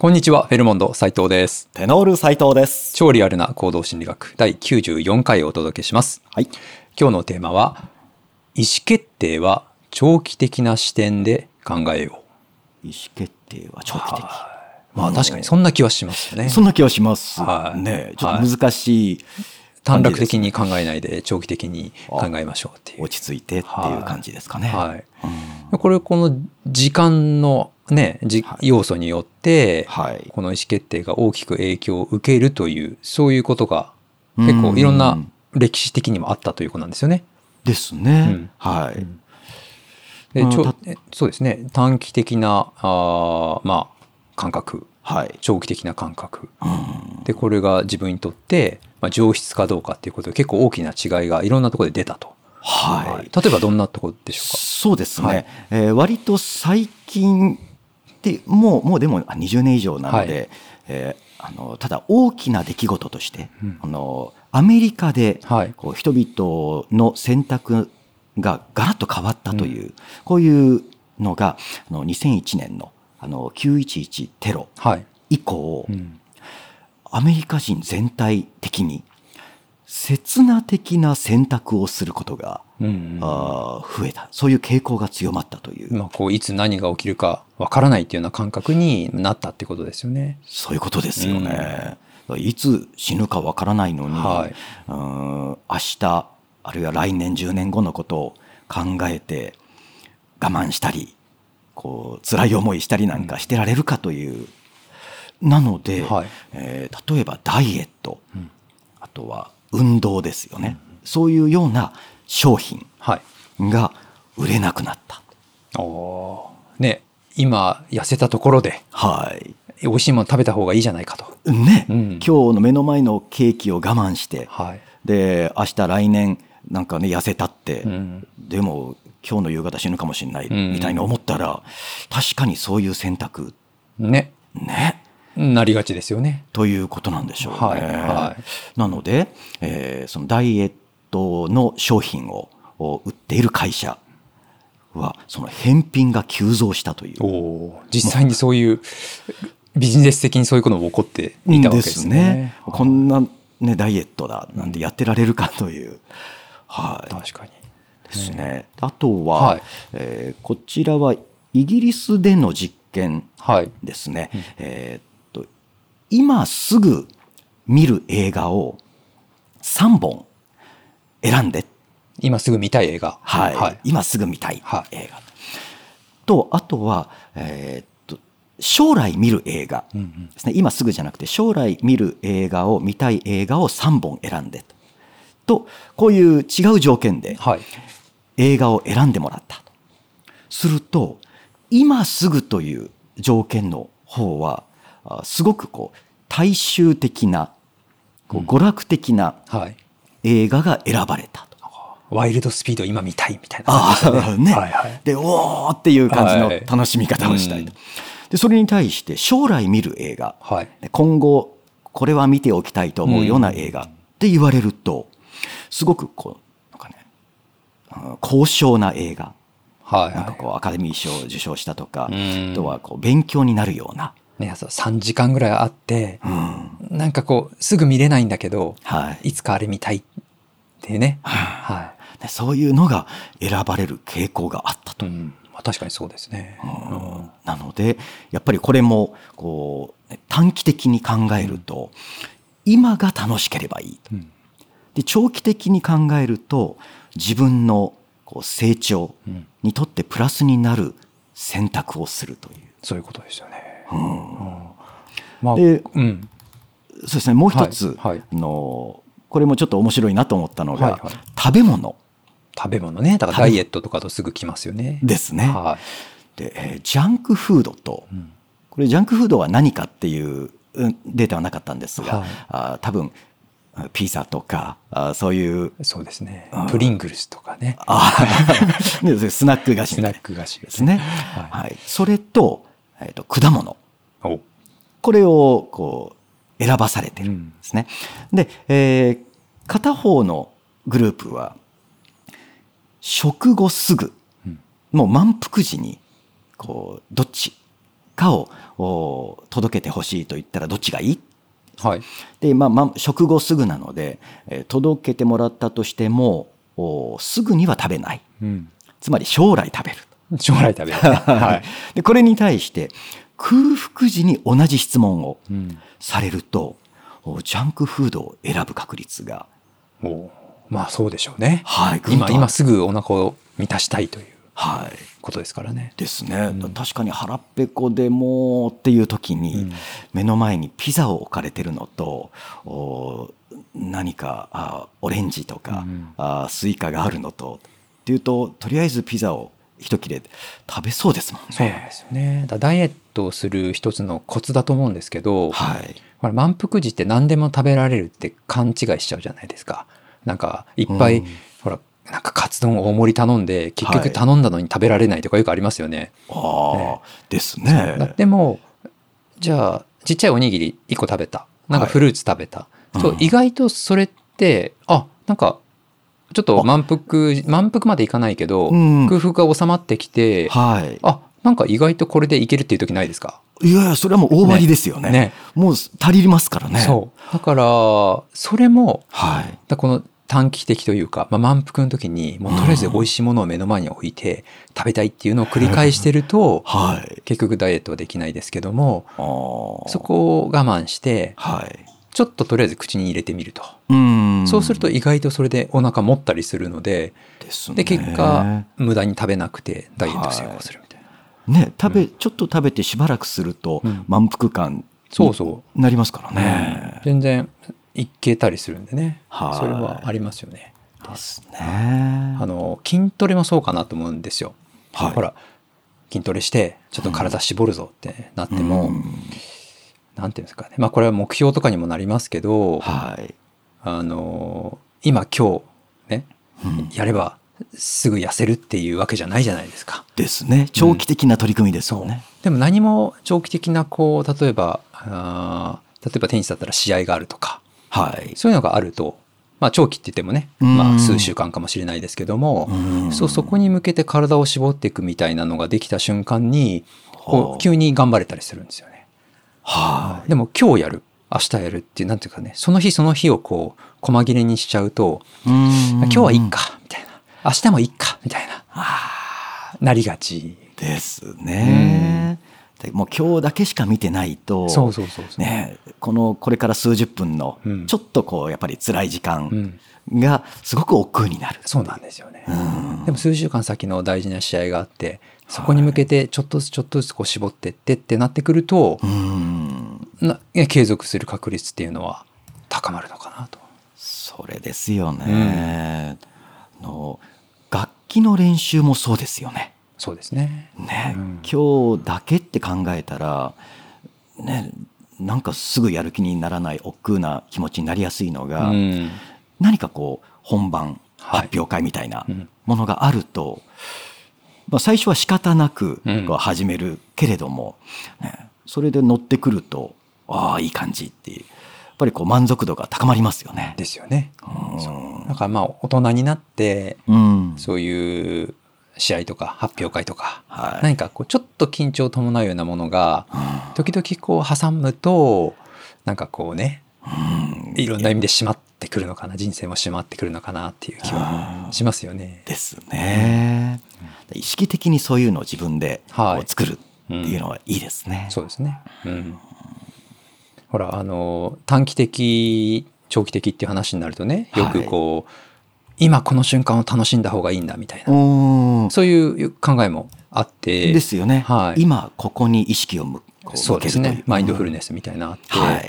こんにちは、フェルモンド斉藤です。 テノール斉藤です。 超リアルな行動心理学第94回をお届けします。 はい。 今日のテーマは、意思決定は長期的な視点で考えよう。意思決定は長期的。 まあ確かにそんな気はしますよね。 そんな気はします。 はいね、ちょっと難しい、 短絡的に考えないで長期的に考えましょうっていう。 落ち着いてっていう感じですかね。 はい。この時間のね、要素によって、この意思決定が大きく影響を受けるという、そういうことが結構いろんな歴史的にもあったということなんですよね。 ですね。はい。 でそうですね。短期的な感覚、長期的な感覚。で、これが自分にとって、上質かどうかっていうことで結構大きな違いがいろんなところで出たと。例えばどんなところでしょうか。 そうですね。割と最近でもうでも20年以上なので、ただ大きな出来事として、アメリカで人々の選択がガラッと変わったという、こういうのが2001年の911テロ以降、アメリカ人全体的に刹那的な選択をすることが増えた、そういう傾向が強まったという、 いつ何が起きるかわからないというような感覚になったってことですよね。 そういうことですよね。いつ死ぬかわからないのに、明日あるいは来年10年後のことを考えて我慢したり辛い思いしたりなんかしてられるかという、なので、例えばダイエット、あとは運動ですよね、そういうような商品が売れなくなった。 今痩せたところで、美味しいもの食べた方がいいじゃないかと。 今日の目の前のケーキを我慢して、で明日来年なんかね痩せたって、でも今日の夕方死ぬかもしれないみたいに思ったら、確かにそういう選択なりがちですよね。 ということなんでしょうね。なので、そのダイエットの商品を売っている会社はその返品が急増したという。 実際にそういうビジネス的にそういうことも起こっていたわけですね。 こんな、ダイエットだなんてやってられるかという。 確かにですね。あとは、こちらはイギリスでの実験ですね。今すぐ見る映画を3本選んで。 今すぐ見たい映画。 今すぐ見たい映画。と、あとは、将来見る映画ですね。今すぐじゃなくて将来見る映画を見たい映画を3本選んでと、こういう違う条件で映画を選んでもらったとすると、今すぐという条件の方はすごく大衆的な娯楽的な映画が選ばれたと。 ワイルドスピード今見たいみたいな感じですね。 でおーっていう感じの楽しみ方をしたいと。でそれに対して将来見る映画、今後これは見ておきたいと思うような映画って言われると、すごく高尚な映画、アカデミー賞を受賞したとか、あとは勉強になるような、 3時間ぐらいあって、なんかすぐ見れないんだけど、いつかあれ見たいってね、 そういうのが選ばれる傾向があったと。 確かにそうですね。 なのでやっぱりこれも短期的に考えると、今が楽しければいいと。で長期的に考えると自分の成長にとってプラスになる選択をするという、 そういうことですよね。 で、そうですね、もう一つ、これもちょっと面白いなと思ったのが、食べ物ね。 だからダイエットとかとすぐ来ますよね。 ですね。で、ジャンクフードと、これジャンクフードは何かっていうデータはなかったんですが、多分ピザとかそういう、 そうですね、プリングルスとかね、 スナック菓子ですね。それと、果物、これを選ばされてるんですね。で、片方のグループは食後すぐ、もう満腹時にどっち果を届けてほしいと言ったらどっちがいい？ はい、 で食後すぐなので、届けてもらったとしてもすぐには食べない、つまり将来食べる。 将来食べる、はい、 でこれに対して空腹時に同じ質問をされると、ジャンクフードを選ぶ確率が、 まあそうでしょうね、 はい、 今すぐお腹を満たしたいということですからね。 ですね、確かに腹ペコでもっていう時に、目の前にピザを置かれてるのと何かオレンジとか、スイカがあるのとっていうと、とりあえずピザを一切れ食べそうですもんね。 そうなんですよね。ダイエットをする一つのコツだと思うんですけど、 はい、 これ満腹時って何でも食べられるって勘違いしちゃうじゃないですか。なんかいっぱい、ほらなんかカツ丼大盛り頼んで結局頼んだのに食べられないとかよくありますよね。 ですね。 でもじゃあちっちゃいおにぎり1個食べた、なんかフルーツ食べた、意外とそれってなんかちょっと満腹までいかないけど、空腹が収まってきて、なんか意外とこれでいけるっていう時ないですか？ いやそれはもう大張りですよね。もう足りますからね。 そうだからそれも、この短期的というか、満腹の時にもうとりあえず美味しいものを目の前に置いて食べたいっていうのを繰り返してると、結局ダイエットはできないですけども、そこを我慢して、ちょっととりあえず口に入れてみると、そうすると意外とそれでお腹持ったりするので、で結果無駄に食べなくてダイエット成功するみたいな、 ちょっと食べてしばらくすると満腹感になりますからね。 全然いけたりするんでね、それはありますよね。 ですね。 筋トレもそうかなと思うんですよ。ほら筋トレしてちょっと体絞るぞってなっても、なんていうんですかね、これは目標とかにもなりますけど、今日ね、やればすぐ痩せるっていうわけじゃないじゃないですか。 ですね。長期的な取り組みですよね。 でも何も長期的な例えばテニスだったら試合があるとか、そういうのがあると、長期って言ってもね、数週間かもしれないですけども、そこに向けて体を絞っていくみたいなのができた瞬間に急に頑張れたりするんですよね。でも今日やる明日やるっていう、なんていうかね、その日その日を細切れにしちゃうと、今日はいいかみたいな、明日もいいかみたいななりがちですね。もう今日だけしか見てないと、これから数十分のちょっとやっぱり辛い時間がすごく億劫になる。 そうなんですよね。でも数週間先の大事な試合があって、そこに向けてちょっとずつ絞ってってってなってくると、継続する確率っていうのは高まるのかなと。 それですよね。楽器の練習もそうですよね。 そうですね。 今日だけって考えたらなんかすぐやる気にならない億劫な気持ちになりやすいのが、何か本番発表会みたいなものがあると、最初は仕方なく始めるけれども、それで乗ってくるといい感じっていう、やっぱり満足度が高まりますよね。 ですよね。だから大人になって、そういう試合とか発表会とか、何かちょっと緊張を伴うようなものが時々挟むと、なんかいろんな意味で締まってくるのかな、人生も締まってくるのかなっていう気はしますよね。 ですね。意識的にそういうのを自分で作るっていうのはいいですね。 そうですね。ほら短期的長期的っていう話になるとね、よく今この瞬間を楽しんだ方がいいんだみたいな、そういう考えもあってですよね。今ここに意識を向けるという、 そうですね、マインドフルネスみたいなあって、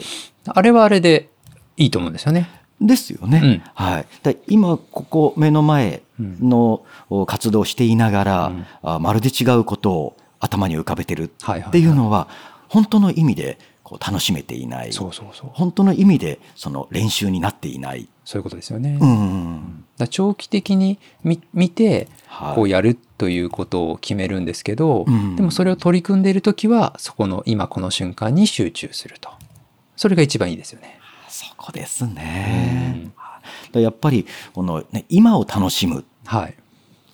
あれはあれでいいと思うんですよね。 ですよね。今ここ目の前の活動をしていながら、まるで違うことを頭に浮かべてるっていうのは、本当の意味で楽しめていない、本当の意味でその練習になっていない、 そういうことですよね。長期的に見てやるということを決めるんですけど、でもそれを取り組んでいるときはそこの今この瞬間に集中すると、それが一番いいですよね。 そこですね。やっぱり今を楽しむ、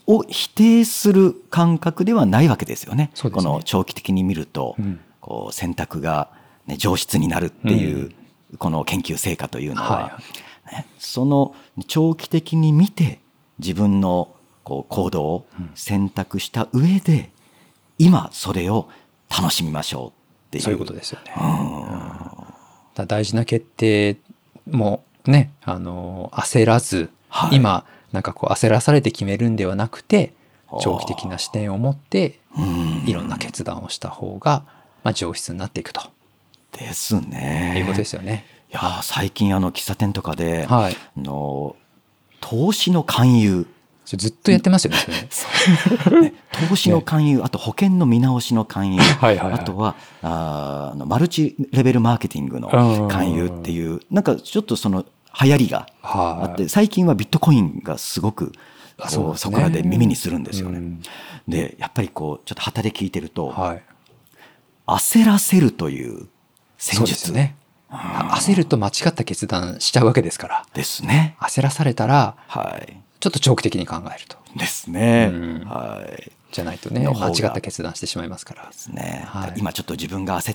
を否定する感覚ではないわけですよね。 そうですね。 この長期的に見ると、こう選択が、ね、上質になるっていう、この研究成果というのは、ね、その長期的に見て自分のこう行動を選択した上で、今それを楽しみましょうっていう。 そういうことですよね。だ大事な決定もね、焦らず、今なんかこう焦らされて決めるんではなくて、長期的な視点を持っていろんな決断をした方が、上質になっていくと。 ですね。 いうことですよね。 いや最近喫茶店とかで、投資の勧誘ずっとやってますよね。 ね投資の勧誘、あと保険の見直しの勧誘、あとはマルチレベルマーケティングの勧誘っていう、なんかちょっとその流行りがあって、最近はビットコインがすごくそこらで耳にするんですよね。でやっぱりこうちょっと旗で聞いてると、焦らせるという戦術ね。焦ると間違った決断しちゃうわけですから。 ですね。 焦らされたら、ちょっと長期的に考えると。 ですね。 じゃないとね、間違った決断してしまいますから。 ですね。今ちょっと自分が焦って、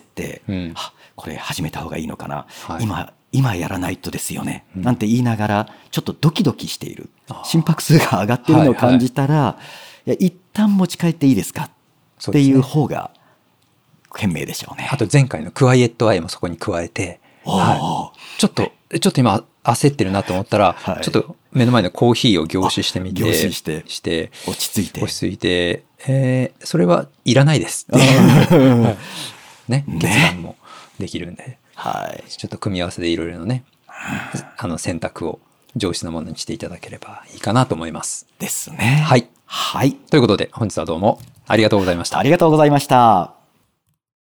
これ始めた方がいいのかな。今やらないとですよね。なんて言いながら、ちょっとドキドキしている。心拍数が上がっているのを感じたら、一旦持ち帰っていいですかっていう方が賢明でしょうね。 あと前回のクワイエットアイもそこに加えて、ちょっと今焦ってるなと思ったら、ちょっと目の前のコーヒーを凝視してみて、 落ち着いて、 それはいらないですっていうね、決断もできるんで、ちょっと組み合わせでいろいろね、選択を上質なものにしていただければいいかなと思います。 ですね。 はい。ということで本日はどうもありがとうございました。 ありがとうございました。